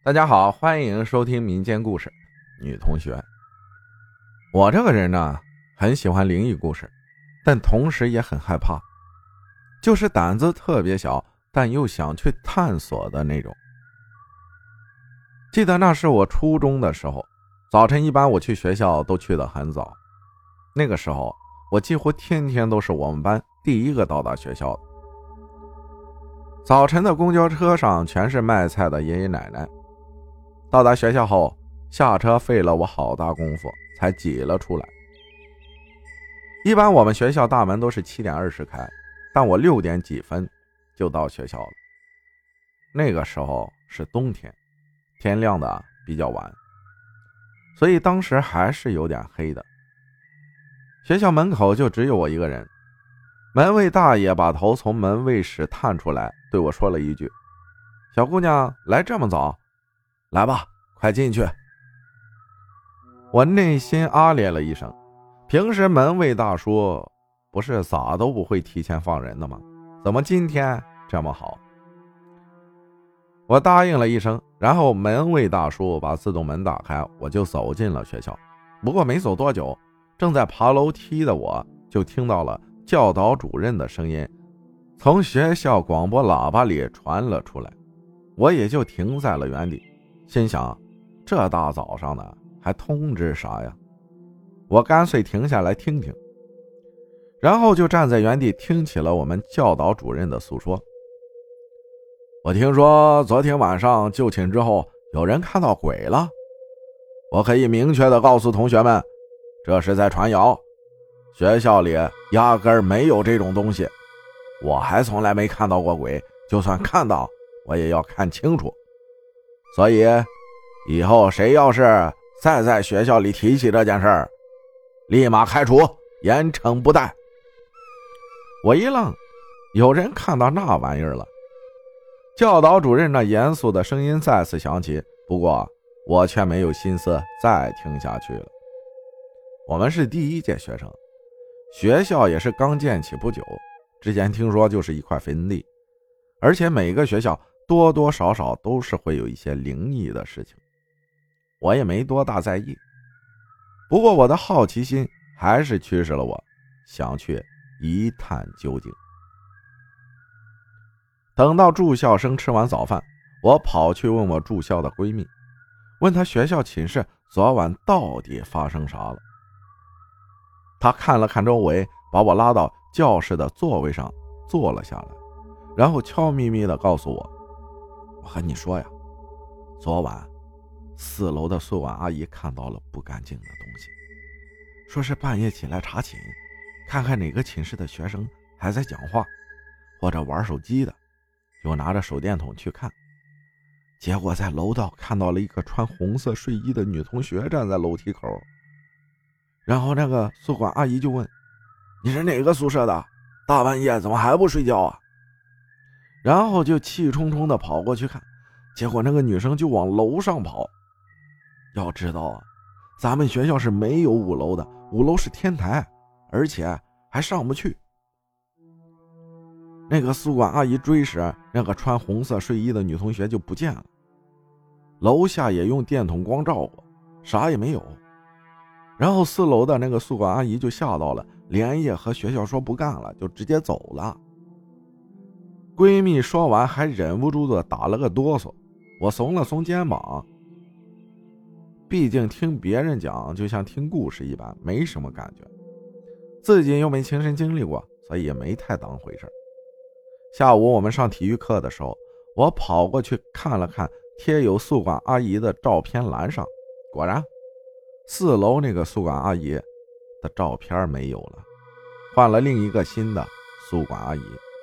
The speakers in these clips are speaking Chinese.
大家好，欢迎收听民间故事女同学。我这个人呢，很喜欢灵异故事，但同时也很害怕，就是胆子特别小，但又想去探索的那种。记得那是我初中的时候，早晨一般我去学校都去得很早，那个时候我几乎天天都是我们班第一个到达学校的。早晨的公交车上全是卖菜的爷爷奶奶，到达学校后下车费了我好大功夫才挤了出来。一般我们学校大门都是7点20开，但我6点几分就到学校了。那个时候是冬天，天亮的比较晚，所以当时还是有点黑的。学校门口就只有我一个人，门卫大爷把头从门卫室探出来对我说了一句：小姑娘来这么早，来吧，快进去。我内心啊咧了一声，平时门卫大叔不是咋都不会提前放人的吗？怎么今天这么好？我答应了一声，然后门卫大叔把自动门打开，我就走进了学校。不过没走多久，正在爬楼梯的我就听到了教导主任的声音从学校广播喇叭里传了出来，我也就停在了原地，心想这大早上的还通知啥呀？我干脆停下来听听，然后就站在原地听起了我们教导主任的诉说。我听说昨天晚上就寝之后有人看到鬼了，我可以明确地告诉同学们，这是在传谣，学校里压根儿没有这种东西，我还从来没看到过鬼，就算看到我也要看清楚，所以以后谁要是再在学校里提起这件事儿，立马开除，严惩不贷。我一愣，有人看到那玩意儿了。教导主任那严肃的声音再次响起，不过我却没有心思再听下去了。我们是第一届学生，学校也是刚建起不久，之前听说就是一块坟地，而且每个学校多多少少都是会有一些灵异的事情，我也没多大在意。不过我的好奇心还是驱使了我想去一探究竟。等到住校生吃完早饭，我跑去问我住校的闺蜜，问她学校寝室昨晚到底发生啥了。她看了看周围，把我拉到教室的座位上坐了下来，然后悄咪咪地告诉我，我和你说呀，昨晚4楼的宿管阿姨看到了不干净的东西，说是半夜起来查寝，看看哪个寝室的学生还在讲话或者玩手机的，就拿着手电筒去看，结果在楼道看到了一个穿红色睡衣的女同学站在楼梯口。然后那个宿管阿姨就问，你是哪个宿舍的？大半夜怎么还不睡觉啊？然后就气冲冲地跑过去看，结果那个女生就往楼上跑。要知道啊，咱们学校是没有5楼的，5楼是天台，而且还上不去。那个宿管阿姨追时，那个穿红色睡衣的女同学就不见了，楼下也用电筒光照过，啥也没有。然后4楼的那个宿管阿姨就吓到了，连夜和学校说不干了，就直接走了。闺蜜说完还忍不住的打了个哆嗦，我耸了耸肩膀，毕竟听别人讲就像听故事一般，没什么感觉，自己又没亲身经历过，所以也没太当回事。下午我们上体育课的时候，我跑过去看了看贴有宿管阿姨的照片栏上，果然4楼那个宿管阿姨的照片没有了，换了另一个新的宿管阿姨。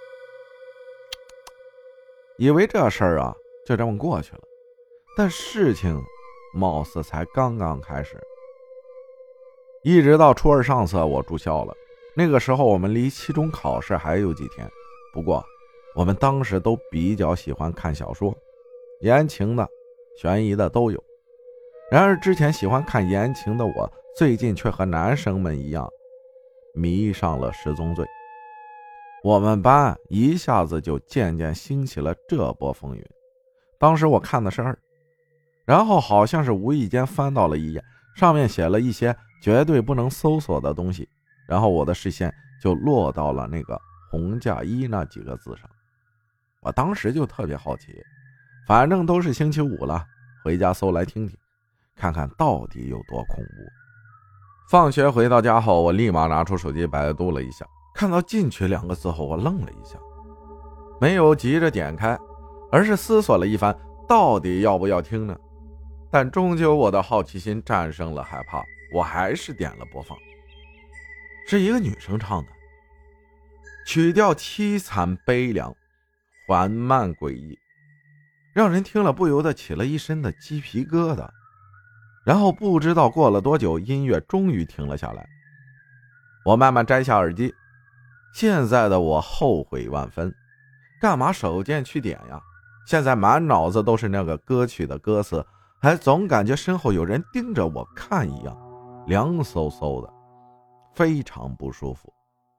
以为这事儿啊就这么过去了，但事情貌似才刚刚开始。一直到初2上册我住校了，那个时候我们离期中考试还有几天，不过我们当时都比较喜欢看小说，言情的悬疑的都有。然而之前喜欢看言情的我，最近却和男生们一样迷上了失踪罪。我们班一下子就渐渐兴起了这波风云。当时我看的是2， 然后好像是无意间翻到了一页，上面写了一些绝对不能搜索的东西，然后我的视线就落到了那个红嫁衣那几个字上。我当时就特别好奇，反正都是星期五了，回家搜来听听，看看到底有多恐怖。放学回到家后，我立马拿出手机百度了一下，看到进去2个字后，我愣了一下，没有急着点开，而是思索了一番，到底要不要听呢？但终究我的好奇心战胜了害怕，我还是点了播放。是一个女生唱的，曲调凄惨悲凉，缓慢诡异，让人听了不由得起了一身的鸡皮疙瘩。然后不知道过了多久，音乐终于停了下来。我慢慢摘下耳机，现在的我后悔万分，干嘛手贱去点呀？现在满脑子都是那个歌曲的歌词，还总感觉身后有人盯着我看一样，凉飕飕的，非常不舒服。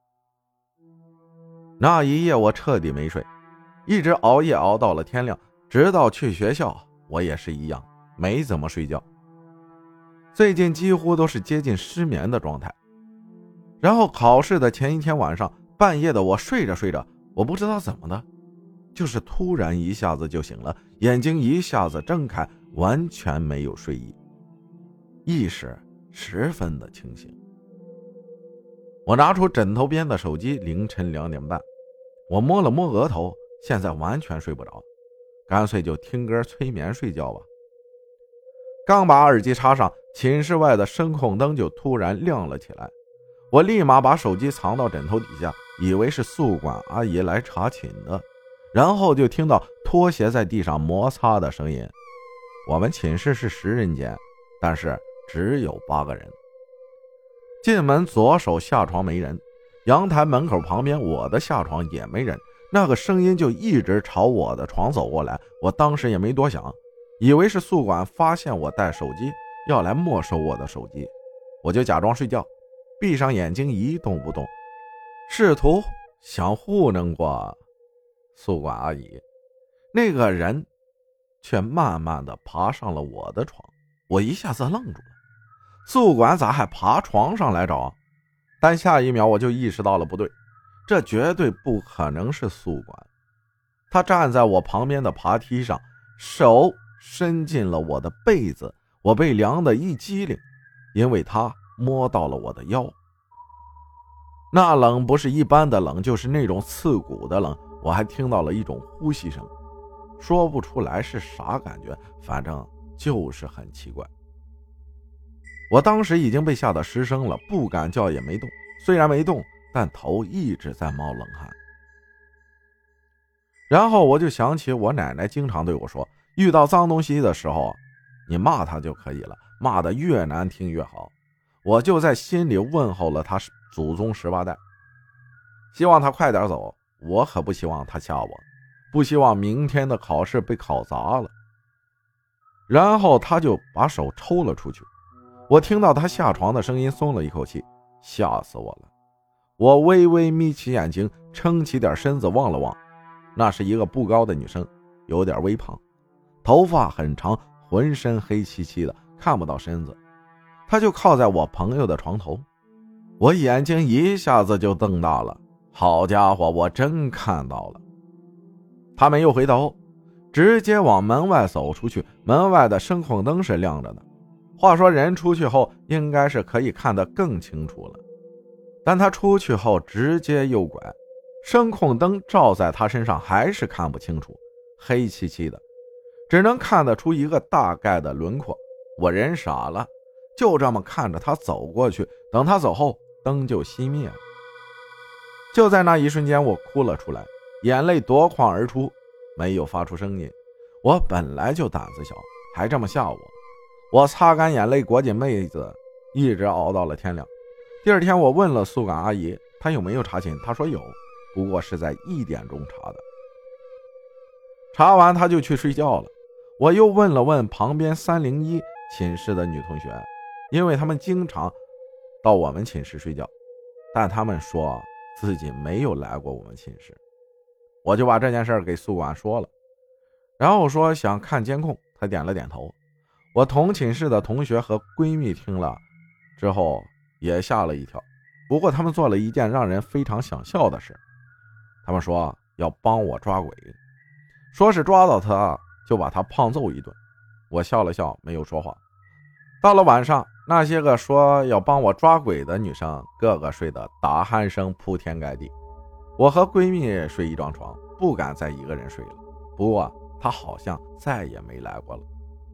那一夜我彻底没睡，一直熬夜熬到了天亮，直到去学校我也是一样，没怎么睡觉。最近几乎都是接近失眠的状态。然后考试的前一天晚上，半夜的我睡着睡着，我不知道怎么的，就是突然一下子就醒了，眼睛一下子睁开，完全没有睡意，意识十分的清醒。我拿出枕头边的手机，凌晨2点半，我摸了摸额头，现在完全睡不着，干脆就听歌催眠睡觉吧。刚把耳机插上，寝室外的声控灯就突然亮了起来，我立马把手机藏到枕头底下，以为是宿管阿姨来查寝的，然后就听到拖鞋在地上摩擦的声音。我们寝室是10人间，但是只有8个人。进门左手下床没人，阳台门口旁边我的下床也没人，那个声音就一直朝我的床走过来。我当时也没多想，以为是宿管发现我带手机要来没收我的手机，我就假装睡觉，闭上眼睛一动不动，试图想糊弄过宿管阿姨。那个人却慢慢地爬上了我的床，我一下子愣住了，宿管咋还爬床上来找？但下一秒我就意识到了不对，这绝对不可能是宿管。他站在我旁边的爬梯上，手伸进了我的被子，我被凉得一激灵，因为他摸到了我的腰。那冷不是一般的冷，就是那种刺骨的冷，我还听到了一种呼吸声，说不出来是啥感觉，反正就是很奇怪。我当时已经被吓得失声了，不敢叫也没动，虽然没动，但头一直在冒冷汗。然后我就想起我奶奶经常对我说，遇到脏东西的时候，你骂他就可以了，骂得越难听越好。我就在心里问候了他祖宗18代，希望他快点走，我可不希望他吓我，不希望明天的考试被考砸了。然后他就把手抽了出去，我听到他下床的声音，松了一口气，吓死我了。我微微眯起眼睛，撑起点身子望了望，那是一个不高的女生，有点微胖，头发很长，浑身黑漆漆的，看不到身子。她就靠在我朋友的床头，我眼睛一下子就瞪大了，好家伙，我真看到了。她没有回头，直接往门外走出去，门外的声控灯是亮着的，话说人出去后应该是可以看得更清楚了，但他出去后直接右拐，声控灯照在他身上还是看不清楚，黑漆漆的，只能看得出一个大概的轮廓。我人傻了，就这么看着他走过去，等他走后灯就熄灭了。就在那一瞬间我哭了出来，眼泪夺眶而出，没有发出声音。我本来就胆子小，还这么吓我。我擦干眼泪，裹紧被子，一直熬到了天亮。第二天我问了宿管阿姨，她有没有查寝，她说有，不过是在1点钟查的。查完她就去睡觉了。我又问了问旁边301寝室的女同学，因为她们经常到我们寝室睡觉，但她们说自己没有来过我们寝室。我就把这件事给宿管说了，然后说想看监控，他点了点头。 我同寝室的同学和闺蜜听了之后也吓了一跳，不过他们做了一件让人非常想笑的事，他们说要帮我抓鬼，说是抓到他就把他胖揍一顿。我笑了笑没有说话。到了晚上，那些个说要帮我抓鬼的女生个个睡得打鼾声铺天盖地，我和闺蜜睡一张床，不敢再一个人睡了。不过她好像再也没来过了。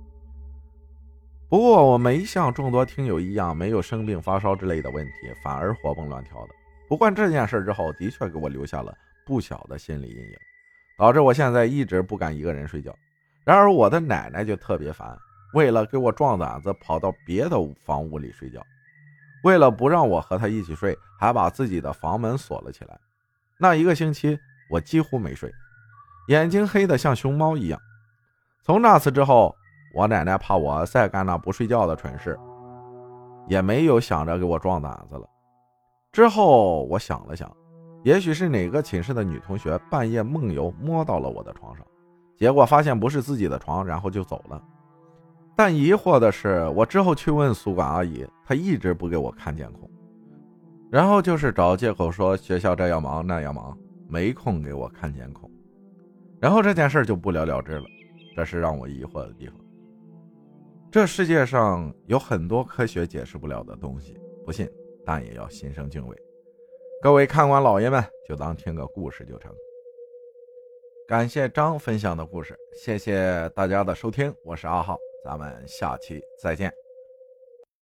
不过我没像众多听友一样没有生病发烧之类的问题，反而活蹦乱跳的。不过这件事之后的确给我留下了不小的心理阴影，导致我现在一直不敢一个人睡觉。然而我的奶奶就特别烦，为了给我壮胆子跑到别的房屋里睡觉，为了不让我和她一起睡，还把自己的房门锁了起来。那一个星期我几乎没睡，眼睛黑得像熊猫一样。从那次之后，我奶奶怕我再干那不睡觉的蠢事，也没有想着给我壮胆子了。之后我想了想，也许是哪个寝室的女同学半夜梦游摸到了我的床上，结果发现不是自己的床，然后就走了。但疑惑的是，我之后去问宿管阿姨，她一直不给我看监控，然后就是找借口说学校这样忙那样忙，没空给我看监控，然后这件事就不了了之了。这是让我疑惑的地方。这世界上有很多科学解释不了的东西，不信但也要心生敬畏。各位看官老爷们，就当听个故事就成。感谢张分享的故事，谢谢大家的收听，我是阿浩，咱们下期再见。